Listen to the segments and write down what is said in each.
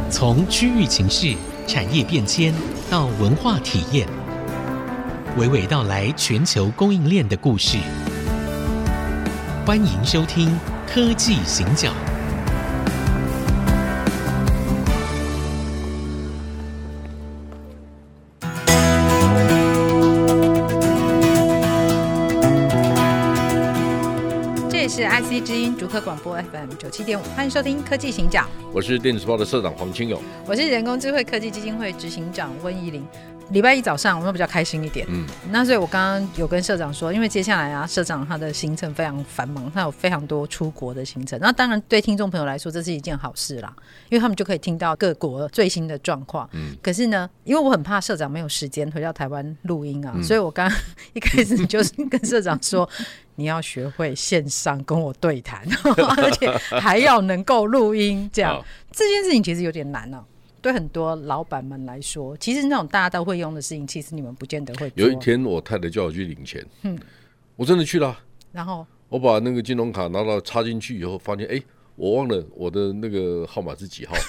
从区域情势、产业变迁到文化体验，娓娓道来全球供应链的故事。欢迎收听《科技行脚》。 是 IC 之音竹科广播 FM 97.5，欢迎收听科技行脚。 我是电子报的社长黄清勇， 我是人工智慧科技基金会执行长温怡玲。礼拜一早上我们比较开心一点，那所以我刚刚有跟社长说，因为接下来啊，社长他的行程非常繁忙，他有非常多出国的行程。那当然对听众朋友来说，这是一件好事啦，因为他们就可以听到各国最新的状况。可是呢，因为我很怕社长没有时间回到台湾录音啊，所以我刚刚一开始就是跟社长说，你要学会线上跟我对谈，而且还要能够录音，这样这件事情其实有点难啊。对很多老板们来说，其实那种大家都会用的事情，其实你们不见得会做。 有一天我太太叫我去领钱，我真的去了， 然后我把那个金融卡拿到插进去以后，发现我忘了我的那个号码是几号，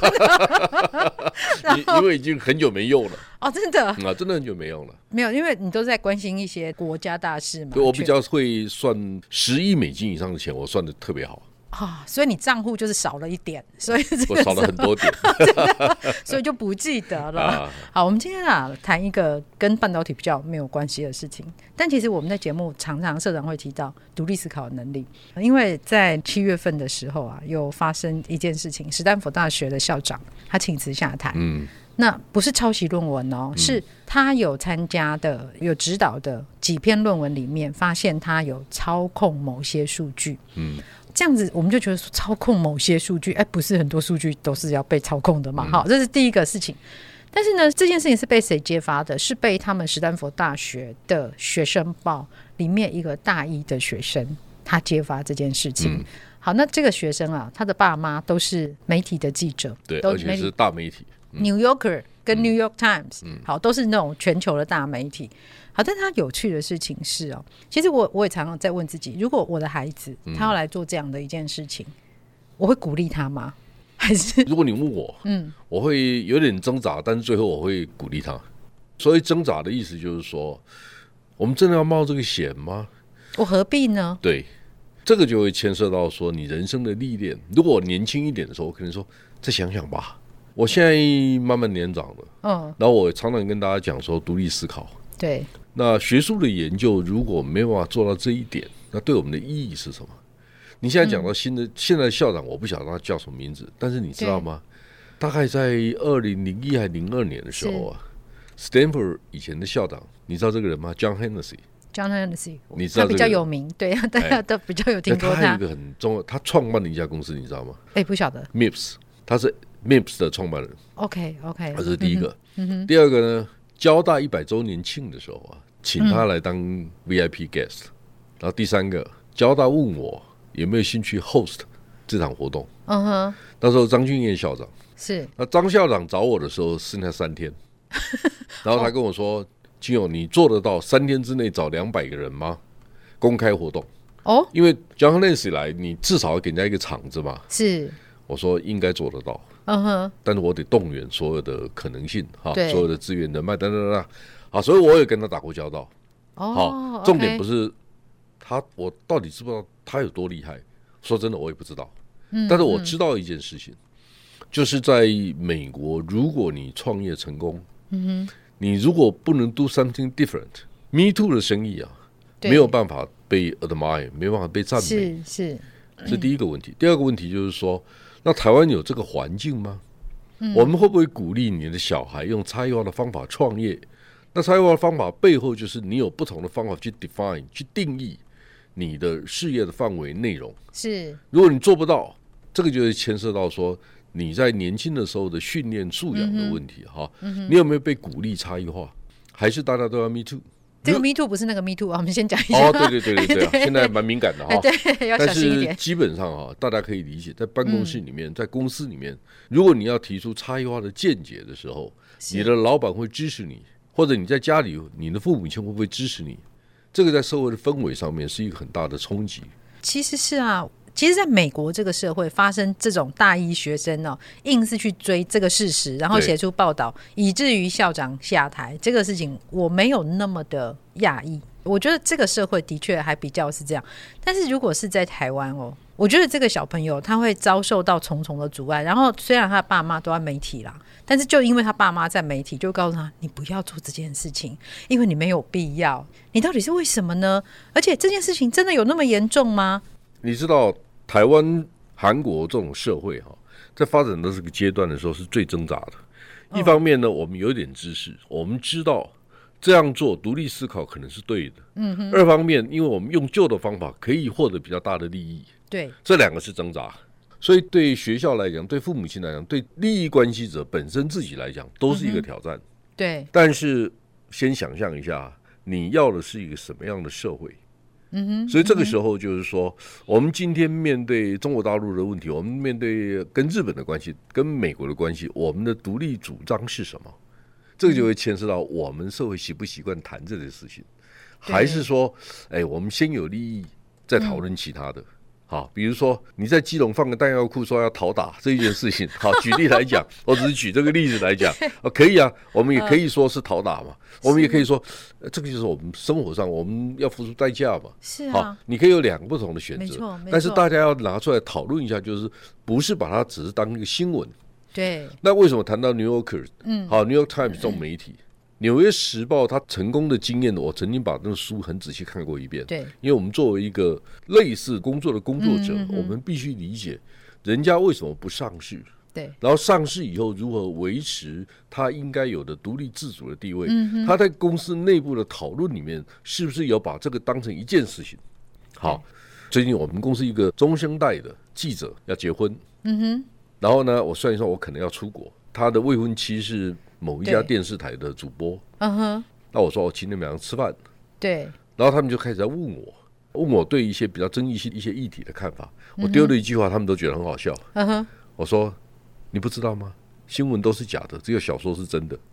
因为已经很久没用了。哦，真的啊，真的很久没用了。没有， 因为你都在关心一些国家大事嘛。 对，我比较会算10亿美金以上的钱，我算的特别好。 所以你账户就是少了一点，所以我少了很多点所以就不记得了。好，我们今天谈一个跟半导体比较没有关系的事情，但其实我们在节目常常社长会提到独立思考的能力，因为在7月份的时候有发生一件事情，史丹佛大学的校长他请辞下台。那不是抄袭论文哦，是他有参加的、有指导的几篇论文里面，发现他有操控某些数据。这样子我们就觉得说，操控某些数据，不是很多数据都是要被操控的嘛？好，这是第一个事情。但是呢，这件事情是被谁揭发的？是被他们史丹佛大学的学生报里面一个大一的学生，他揭发这件事情。好，那这个学生他的爸妈都是媒体的记者， 对，而且是大媒体。 New Yorker 跟 New York Times，好，都是那种全球的大媒体。好，但他有趣的事情是其实我也常常在问自己，如果我的孩子他要来做这样的一件事情，我会鼓励他吗？还是如果你问我，我会有点挣扎，但是最后我会鼓励他。所以挣扎的意思就是说，我们真的要冒这个险吗？ 我何必呢？ 对，这个就会牵涉到说你人生的历练。如果我年轻一点的时候，我可能说再想想吧。我现在慢慢年长了，然后我常常跟大家讲说独立思考。 对， 那学术的研究如果没办法做到这一点，那对我们的意义是什么？你现在讲到现在的校长，我不晓得他叫什么名字，但是你知道吗？大概在2001还02年的时候Stanford 以前的校长，你知道这个人吗？ John Hennessy， 你知道他比较有名，对，大家都比较有听过他。 他有一个很重要，他创办了一家公司，你知道吗？ 不晓得。 MIPS， 他是 MIPS 的创办人。 OK， 这是第一个。第二个呢，交大100周年庆的时候请他来当 VIP guest。然后第三个，交大问我有没有兴趣 host 这场活动。那时候张俊彦校长是， 那张校长找我的时候剩下3天，然后他跟我说：“金勇，你做得到3天之内找200个人吗？公开活动？因为 John Hennessy 来，你至少要给人家一个场子嘛。” 是， 我说应该做得到。但是我得动员所有的可能性，所有的资源人脉等等等。好，所以我也跟他打过交道。好，重点不是我到底知不知道他有多厉害？说真的，我也不知道。但是我知道一件事情，就是在美国，如果你创业成功，你如果不能 do something different，Me Too 的生意没有办法被 admire， 没有办法被赞美，是第一个问题。第二个问题就是说，那台湾有这个环境吗？我们会不会鼓励你的小孩用差异化的方法创业？那差异化的方法背后就是你有不同的方法去 define 去定义你的事业的范围内容。 是， 如果你做不到，这个就会牵涉到说你在年轻的时候的训练素养的问题。你有没有被鼓励差异化？还是大家都要 Me Too？ 这个 Me Too 不是那个 Me Too 我们先讲一下。 对，现在蛮敏感的对，要小心一点。 但是基本上大家可以理解，在办公室里面，在公司里面，如果你要提出差异化的见解的时候，你的老板会支持你，或者你在家里，你的父母亲会不会支持你？这个在社会的氛围上面是一个很大的冲击。 其实是其实在美国这个社会发生这种大一学生硬是去追这个事实，然后写出报道，以至于校长下台，这个事情我没有那么的讶异。我觉得这个社会的确还比较是这样，但是如果是在台湾我觉得这个小朋友他会遭受到重重的阻碍，然后虽然他爸妈都在媒体啦，但是就因为他爸妈在媒体，就告诉他你不要做这件事情，因为你没有必要，你到底是为什么呢？而且这件事情真的有那么严重吗？ 你知道台湾韩国这种社会在发展到这个阶段的时候是最挣扎的。一方面呢，我们有点知识，我们知道这样做独立思考可能是对的。二方面，因为我们用旧的方法可以获得比较大的利益。 对， 这两个是挣扎。所以对学校来讲，对父母亲来讲，对利益关系者本身自己来讲，都是一个挑战。 对。 但是先想象一下，你要的是一个什么样的社会？所以这个时候就是说，我们今天面对中国大陆的问题，我们面对跟日本的关系、跟美国的关系，我们的独立主张是什么？这个就会牵涉到我们社会习不习惯谈这件事情，还是说，我们先有利益再讨论其他的。好，比如说你在基隆放个弹药库说要讨打这一件事情，好，举例来讲，我只是举这个例子来讲，可以啊，我们也可以说是讨打嘛，我们也可以说，这个就是我们生活上我们要付出代价嘛。 是啊， 好，你可以有两个不同的选择，但是大家要拿出来讨论一下，就是不是把它只是当一个新闻。 对。 那为什么谈到 New Yorker， 好 New York Times 这种媒体？纽约时报它成功的经验，我曾经把那个书很仔细看过一遍。 对， 因为我们作为一个类似工作的工作者，我们必须理解人家为什么不上市， 对， 然后上市以后如何维持他应该有的独立自主的地位。他在公司内部的讨论里面，是不是有把这个当成一件事情？好，最近我们公司一个中生代的记者要结婚，然后呢，我算一算，我可能要出国，他的未婚妻是某一家电视台的主播，那我说我请你们两个吃饭， 对， 然后他们就开始在问我对一些比较争议性一些议题的看法，我丢了一句话，他们都觉得很好笑，我说你不知道吗？新闻都是假的，只有小说是真的。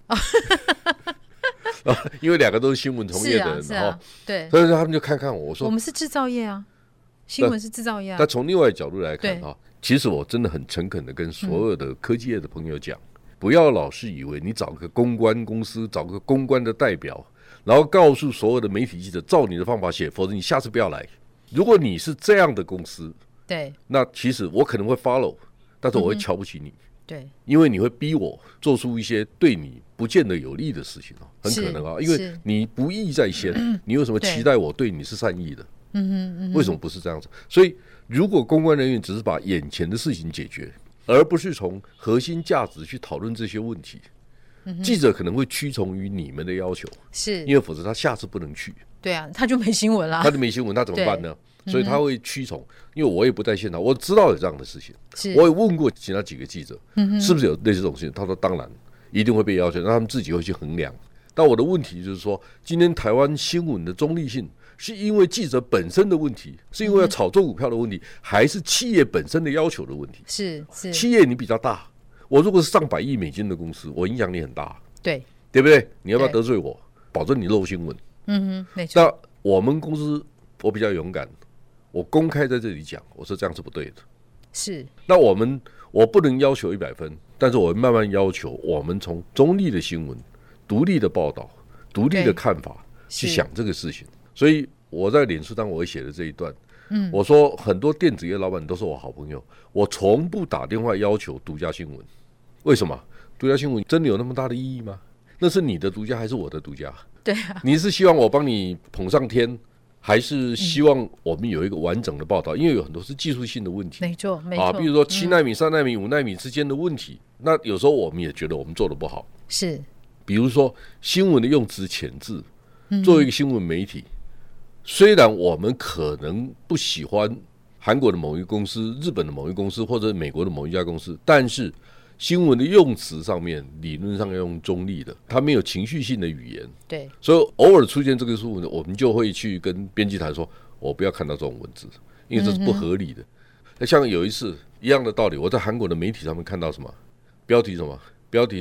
因为两个都是新闻从业的人，然后对，所以他们就看看我说， 我们是制造业啊，新闻是制造业啊。 但从另外一个角度来看其实我真的很诚恳的跟所有的科技业的朋友讲，不要老是以为你找个公关公司，找个公关的代表，然后告诉所有的媒体记者照你的方法写，否则你下次不要来。如果你是这样的公司， 对， 那其实我可能会 follow， 但是我会瞧不起你， 对， 因为你会逼我做出一些对你不见得有利的事情，很可能因为你不义在先，你有什么期待我对你是善意的？为什么不是这样子？所以如果公关人员只是把眼前的事情解决，而不是从核心价值去讨论这些问题，记者可能会屈从于你们的要求，是因为否则他下次不能去。对啊，他就没新闻啦， 他就没新闻，他怎么办呢？所以他会屈从，因为我也不在现场，我知道有这样的事情，我也问过其他几个记者，是不是有类似这种事情？他说当然一定会被要求，让他们自己会去衡量。但我的问题就是说，今天台湾新闻的中立性是因为记者本身的问题，是因为要炒作股票的问题，还是企业本身的要求的问题？是企业你比较大，我如果是上百亿美金的公司，我影响力很大，对不对？你要不要得罪我？保证你漏新闻。没错。那我们公司我比较勇敢，我公开在这里讲，我说这样是不对的。是。那我不能要求100分，但是我慢慢要求我们从中立的新闻、独立的报道、独立的看法去想这个事情。所以我在脸书上我会写的这一段，我说很多电子业老板都是我好朋友，我从不打电话要求独家新闻。为什么？独家新闻真的有那么大的意义吗？那是你的独家还是我的独家？对啊，你是希望我帮你捧上天，还是希望我们有一个完整的报道？因为有很多是技术性的问题，没错比如说7奈米、3奈米、5奈米之间的问题，那有时候我们也觉得我们做的不好。是，比如说新闻的用词遣字，作为一个新闻媒体，虽然我们可能不喜欢韩国的某一个公司、日本的某一个公司或者美国的某一家公司，但是新闻的用词上面理论上要用中立的，它没有情绪性的语言。对，所以偶尔出现这个新闻，我们就会去跟编辑台说，我不要看到这种文字，因为这是不合理的。像有一次一样的道理，我在韩国的媒体上面看到什么标题，什么标题是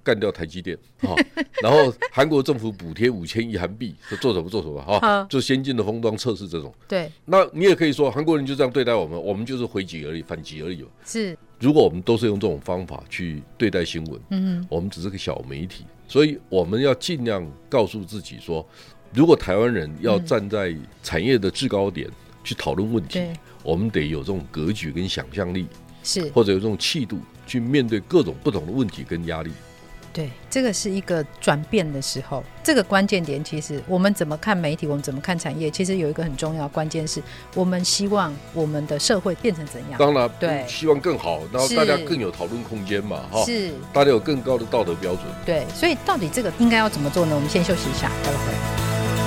干掉台积电然后韩国政府补贴5000亿韩币，做什么就先进的封装测试这种。 对， 那你也可以说韩国人就这样对待我们，我们就是回击而已，反击而已。 是， 如果我们都是用这种方法去对待新闻，我们只是个小媒体，所以我们要尽量告诉自己说，如果台湾人要站在产业的制高点去讨论问题，我们得有这种格局跟想象力， 是， 或者有这种气度去面对各种不同的问题跟压力。 对，这个是一个转变的时候，这个关键点其实我们怎么看媒体，我们怎么看产业，其实有一个很重要的关键是我们希望我们的社会变成怎样。 当然对， 希望更好，然后大家更有讨论空间嘛， 是， 大家有更高的道德标准。 对，所以到底这个应该要怎么做呢？我们先休息一下，待会回来。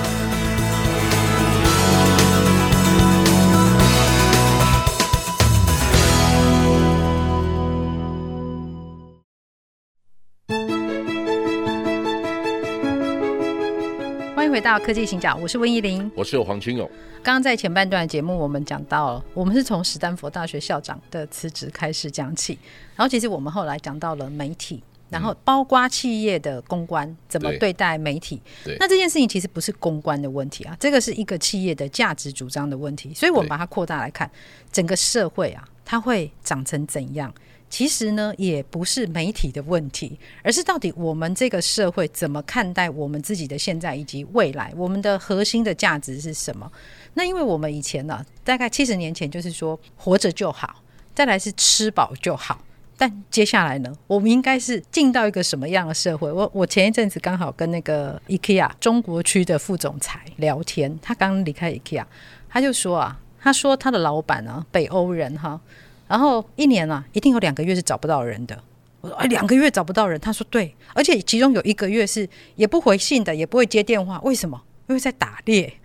回到科技行脚，我是温怡玲， 我是黄清勇。 刚刚在前半段的节目，我们讲到了，我们是从史丹佛大学校长的辞职开始讲起，然后其实我们后来讲到了媒体，然后包括企业的公关怎么对待媒体。那这件事情其实不是公关的问题啊，这个是一个企业的价值主张的问题，所以我们把它扩大来看，整个社会啊，它会长成怎样？其实呢，也不是媒体的问题，而是到底我们这个社会怎么看待我们自己的现在以及未来，我们的核心的价值是什么？那因为我们以前呢，大概70年前就是说活着就好，再来是吃饱就好，但接下来呢，我们应该是进到一个什么样的社会？我前一阵子刚好跟那个 IKEA 中国区的副总裁聊天，他刚离开 IKEA， 他就说啊，他说他的老板啊，北欧人哈。然后1年啊，一定有2个月是找不到人的。我说2个月找不到人，他说对，而且其中有1个月是也不回信的，也不会接电话，为什么？因为在打猎。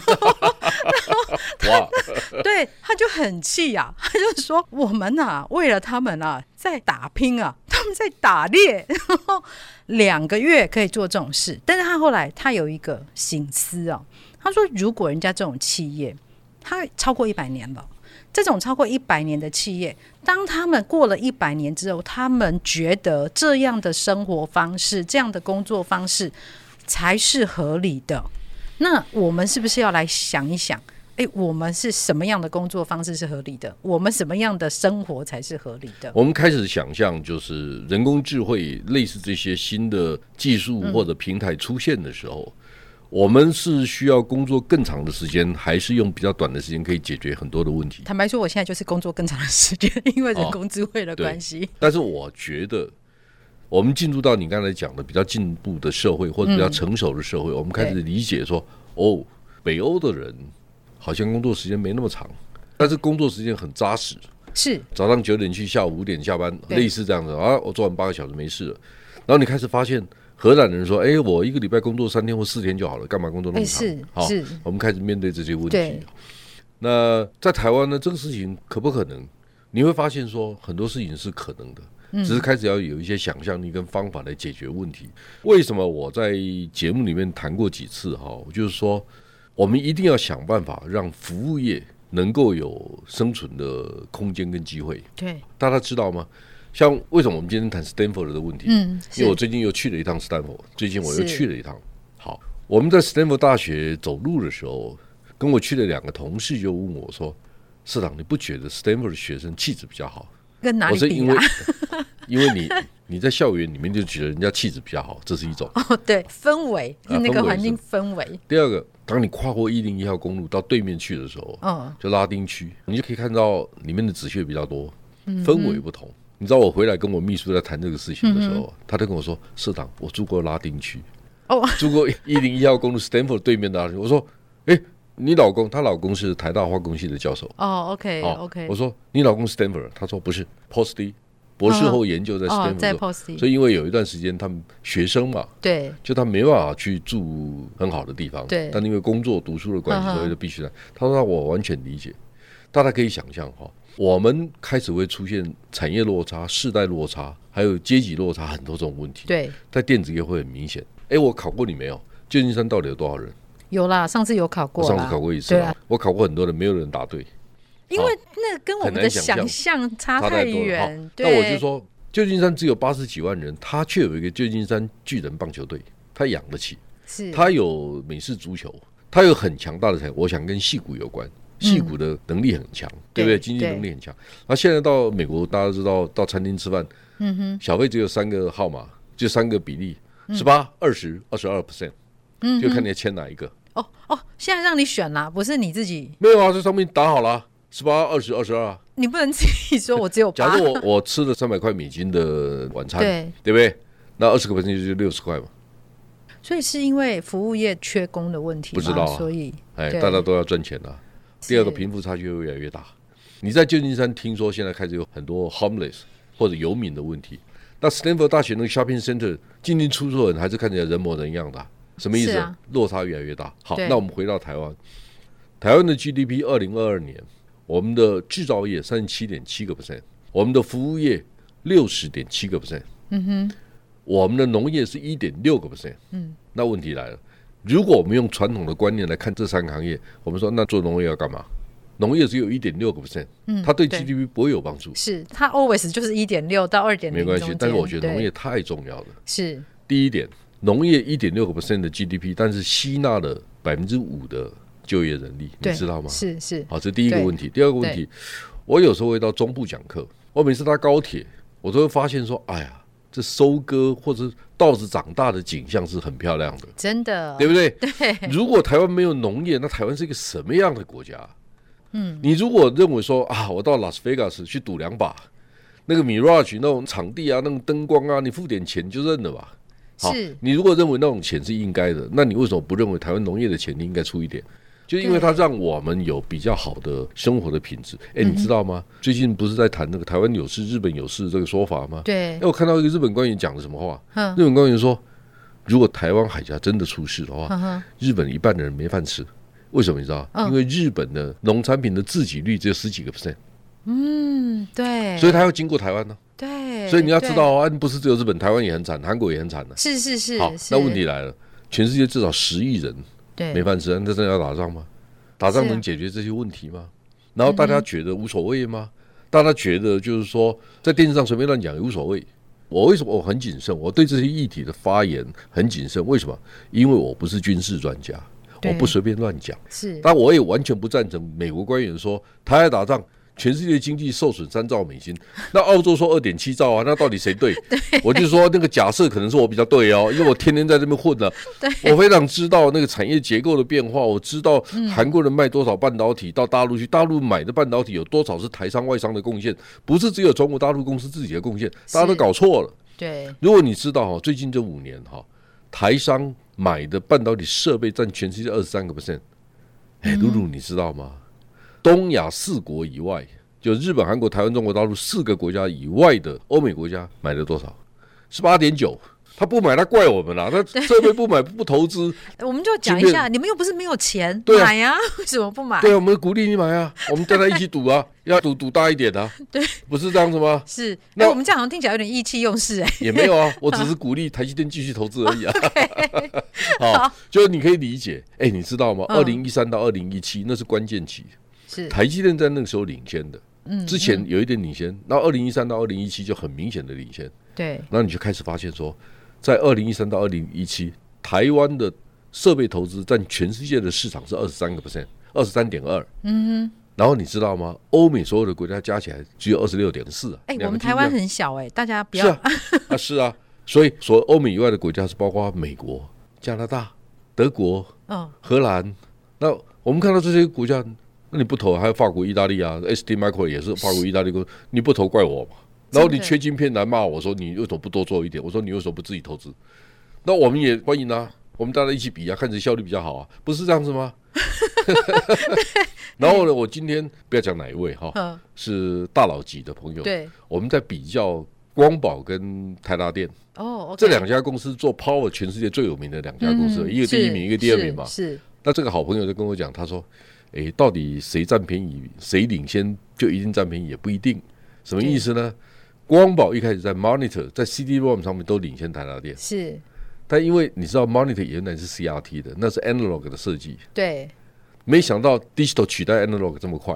对，他就很气啊，他就说我们啊，为了他们啊，在打拼啊，他们在打猎，然后2个月可以做这种事。但是他后来他有一个省思啊，他说如果人家这种企业，他超过100年了。这种超过100年的企业，当他们过了100年之后，他们觉得这样的生活方式，这样的工作方式才是合理的。那我们是不是要来想一想，我们是什么样的工作方式是合理的？我们什么样的生活才是合理的？ 我们开始想象，就是人工智慧类似这些新的技术或者平台出现的时候，我们是需要工作更长的时间，还是用比较短的时间可以解决很多的问题？ 坦白说，我现在就是工作更长的时间，因为人工智慧的关系。 但是我觉得，我们进入到你刚才讲的比较进步的社会，或者比较成熟的社会，我们开始理解说，北欧的人好像工作时间没那么长，但是工作时间很扎实， 是早上9点去，下午5点下班，类似这样的啊，我做完8个小时没事了。然后你开始发现。荷兰人说：“我1个礼拜工作3天或4天就好了，干嘛工作那么长？” 是， 我们开始面对这些问题。那在台湾呢，这个事情可不可能？你会发现说，很多事情是可能的，只是开始要有一些想象力跟方法来解决问题。为什么我在节目里面谈过几次我就是说，我们一定要想办法让服务业能够有生存的空间跟机会。 对， 大家知道吗？像为什么我们今天谈 Stanford 的问题？因为我最近又去了一趟 Stanford， 最近我又去了一趟。好，我们在 Stanford 大学走路的时候，跟我去的2个同事就问我说：“社长，你不觉得 Stanford 的学生气质比较好？” 跟哪里比啊？因为你在校园里面就觉得人家气质比较好，这是一种。 对，氛围是那个环境氛围。 第二个，当你跨过101号公路到对面去的时候，就拉丁区，你就可以看到里面的紫雀比较多，氛围不同。你知道我回来跟我秘书在谈这个事情的时候，他就跟我说：“社长，我住过拉丁区，住过101号公路 Stanford 对面的拉丁区。”我说：“你老公？她老公是台大化工系的教授。 ”OK。 我说：“你老公 Stanford？” 他说：“不是 ，Post-D， 博士后研究在 Stanford 在 Post-D。” 所以因为有一段时间他们学生嘛， 对， 就他没办法去住很好的地方， 对， 但因为工作读书的关系，所以就必须来。他说：“我完全理解。”大家可以想象我们开始会出现产业落差、世代落差，还有阶级落差，很多这种问题。 对， 在电子业会很明显。我考过你没有？旧金山到底有多少人？ 有啦，上次有考过啦。 我上次考过一次啦。我考过很多人，没有人答对， 因为那跟我们的想象差太远。 那我就说， 旧金山只有80几万人，他却有一个旧金山巨人棒球队，他养得起，他有美式足球，他有很强大的财，我想跟矽谷有关。矽谷的能力很强，对不对？经济能力很强。那现在到美国，大家知道到餐厅吃饭，小费只有3个号码，就3个比例，18、20、22%，就看你要签哪一个。 现在让你选啦，不是你自己？ 没有啊，这上面打好了，18、20、22啊。 你不能自己说我只有8。 假如我吃了300块美金的晚餐，对不对？那20%就是60块嘛。 所以是因为服务业缺工的问题吗？ 不知道啊， 所以大家都要赚钱啊。第二个，贫富差距会越来越大。你在旧金山听说现在开始有很多 homeless 或者游民的问题，那 Stanford 大学那个 shopping center 进进出出的人还是看起来人模人样的，什么意思？落差越来越大。好，那我们回到台湾，台湾的 GDP 2022年，我们的制造业 37.7%， 我们的服务业 60.7%， 我们的农业是 1.6%。那问题来了，如果我们用传统的观念来看这3个行业，我们说那做农业要干嘛？农业只有 1.6%，它对 GDP 不会有帮助。 是，它 always 就是 1.6 到 2.0， 没关系。但是我觉得农业太重要了。 是， 第一点，农业 1.6% 的 GDP， 但是吸纳了5%的就业人力，你知道吗？ 是。 好，这第一个问题。第二个问题，我有时候会到中部讲课，我每次搭高铁，我都会发现说，哎呀，这收割或者稻子长大的景象是很漂亮的， 真的， 对不对？ 对。 如果台湾没有农业，那台湾是一个什么样的国家？你如果认为说啊，我到拉斯维加斯去赌2把，那个 Mirage 那种场地啊，那种灯光啊，你付点钱就认了吧。好，你如果认为那种钱是应该的，那你为什么不认为台湾农业的钱你应该出一点？就因为它让我们有比较好的生活的品质。你知道吗？最近不是在谈那个台湾有事日本有事这个说法吗？ 对。 我看到一个日本官员讲的什么话？日本官员说，如果台湾海峡真的出事的话，日本1半的人没饭吃。为什么你知道？因为日本的农产品的自给率只有10几个%。 对。 所以它要经过台湾呢。 对。 所以你要知道啊，不是只有日本，台湾也很惨，韩国也很惨的。 是。 好，那问题来了，全世界至少10亿人没饭吃，那真的要打仗吗？打仗能解决这些问题吗？然后大家觉得无所谓吗？大家觉得就是说，在电视上随便乱讲也无所谓。为什么我很谨慎？我对这些议题的发言很谨慎。为什么？因为我不是军事专家。我不随便乱讲，但我也完全不赞成美国官员说台海打仗，全世界经济受损3兆美金，那澳洲说2.7兆啊，那到底谁对？我就说那个假设可能是我比较对哦，因为我天天在这边混了，我非常知道那个产业结构的变化，我知道韩国人卖多少半导体到大陆去，大陆买的半导体有多少是台商外商的贡献，不是只有中国大陆公司自己的贡献，大家都搞错了。 对， 如果你知道最近这5年台商买的半导体设备占全世界23%。露露，你知道吗？东亚4国以外，就日本、韩国、台湾、中国大陆4个国家以外的欧美国家买了多少？18.9%。他不买，他怪我们啦。他设备不买，不投资， 我们就讲一下，你们又不是没有钱买呀，为什么不买？ 对啊，我们鼓励你买啊，我们带他一起赌啊，要赌大一点啊。 对， 不是这样子吗？ 是。那我们这样好像听起来有点意气用事也没有啊，我只是鼓励台积电继续投资而已啊。好，就是你可以理解。你知道吗？2013到2017那是关键期，是台积电在那个时候领先的。之前有一点领先，然后2013到2017就很明显的领先。对，然后你就开始发现说，在2013到2017，台湾的设备投资占全世界的市场是23%， 23.2%。然后你知道吗？欧美所有的国家加起来只有26.4%。 我们台湾很小大家不要。 是啊，所以所有欧美以外的国家是包括美国、加拿大、德国、荷兰。那我们看到这些国家，那你不投，还有法国、意大利啊 ，STMicro 也是法国、意大利公司，你不投怪我嘛？然后你缺晶片来骂我说你为什么不多做一点？我说你为什么不自己投资？那我们也欢迎啊，我们大家一起比啊，看谁效率比较好啊，不是这样子吗？然后呢，我今天不要讲哪一位是大佬级的朋友，对，我们在比较光宝跟台达电这2家公司做 Power 全世界最有名的2家公司，一个第1名，一个第2名嘛。是。那这个好朋友就跟我讲，他说：“到底谁占便宜，谁领先就一定占便宜，也不一定。什么意思呢？光宝一开始在 Monitor 在 CD-ROM 上面都领先台达电，是。但因为你知道 Monitor 原来是 CRT 的，那是 Analog 的设计，对。没想到 Digital 取代 Analog 这么快，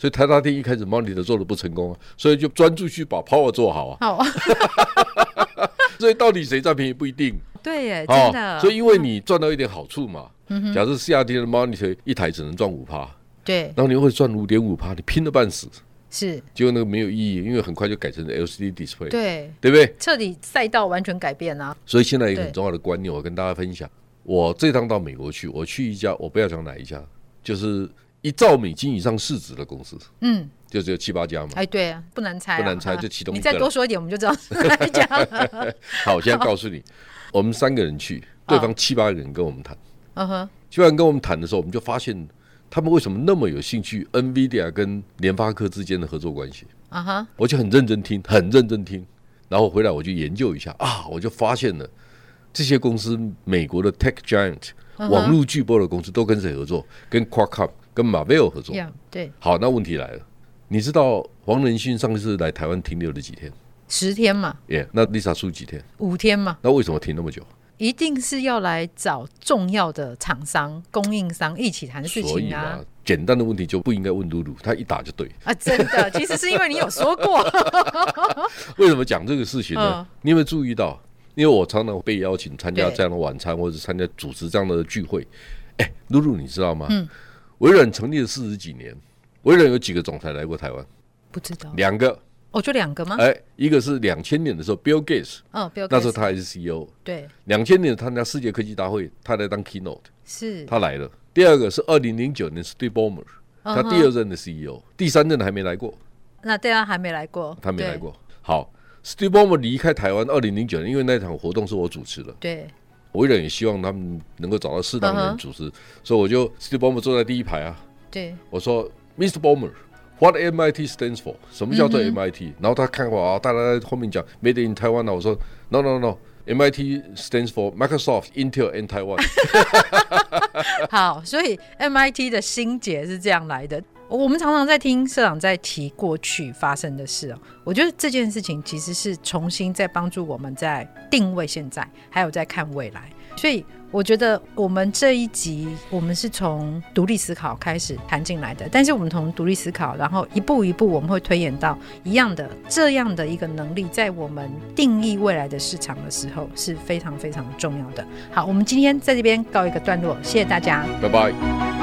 所以台达电一开始 monitor 做的不成功，所以就专注去把 power 做好啊。好，所以到底谁占便宜不一定。 对耶，真的。 所以因为你赚到一点好处嘛，假设 CRT 的 monitor 一台只能赚 5%， 对， 然后你会赚 5.5%， 你拼了半死。 是， 结果那个没有意义，因为很快就改成 LCD display， 对不对？ 彻底赛道完全改变啊！ 所以现在一个很重要的观念，我跟大家分享。我这趟到美国去，我去一家，我不要讲哪一家，就是1兆美金以上市值的公司，就只有7、8家嘛。 哎，对啊，不难猜， 不难猜，就其中一个。 你再多说一点，我们就知道是哪一家了。 好，我现在告诉你，我们3个人去，对方7、8个人跟我们谈。7、8个人跟我们谈的时候，我们就发现。他们为什么那么有兴趣 NVIDIA 跟联发科之间的合作关系？我就很认真听，然后回来我就研究一下啊，我就发现了这些公司，美国的 Tech Giant、网络巨擘的公司都跟谁合作？跟 Qualcomm、跟 Marvell 合作。 对。 好，那问题来了，你知道黄仁勋上次来台湾停留了几天 ？10天嘛。 那 Lisa Su 几天 ？5天嘛。 那为什么停那么久？ 一定是要来找重要的厂商、供应商一起谈事情啊。所以嘛， 简单的问题就不应该问露露，他一打就对啊！真的，其实是因为你有说过。 为什么讲这个事情呢？你有没有注意到？因为我常常被邀请参加这样的晚餐，或者参加主持这样的聚会。露露，你知道吗？微软成立了40几年，微软有几个总裁来过台湾？ 不知道 ，2个。 就2个吗？ 一个是2000年的时候 Bill Gates， Bill Gates 那时候他还是 CEO。 对 ，2000年参加世界科技大会，他来当 keynote， 是他来了。第二个是2009年 Steve Ballmer， 他第2任的 CEO， 第3任的还没来过。 那对啊，还没来过， 他没来过。好 ，Steve Ballmer 离开台湾2009年，因为那场活动是我主持的。 对， 微软也希望他们能够找到适当的人主持，所以我就 Steve Ballmer 坐在第一排啊。 对， 我说 Mr. Ballmer。What MIT stands for？ 什么叫做 MIT？然后他看过大家在后面讲 Made in Taiwan， 我说 No，MIT stands for Microsoft、Intel and Taiwan。 好，所以 MIT 的心结是这样来的。我们常常在听社长在提过去发生的事我觉得这件事情其实是重新在帮助我们在定位现在，还有在看未来。所以我觉得我们这一集我们是从独立思考开始谈进来的，但是我们从独立思考然后一步一步我们会推演到一样的这样的一个能力，在我们定义未来的市场的时候是非常非常重要的。好，我们今天在这边告一个段落，谢谢大家， 拜拜。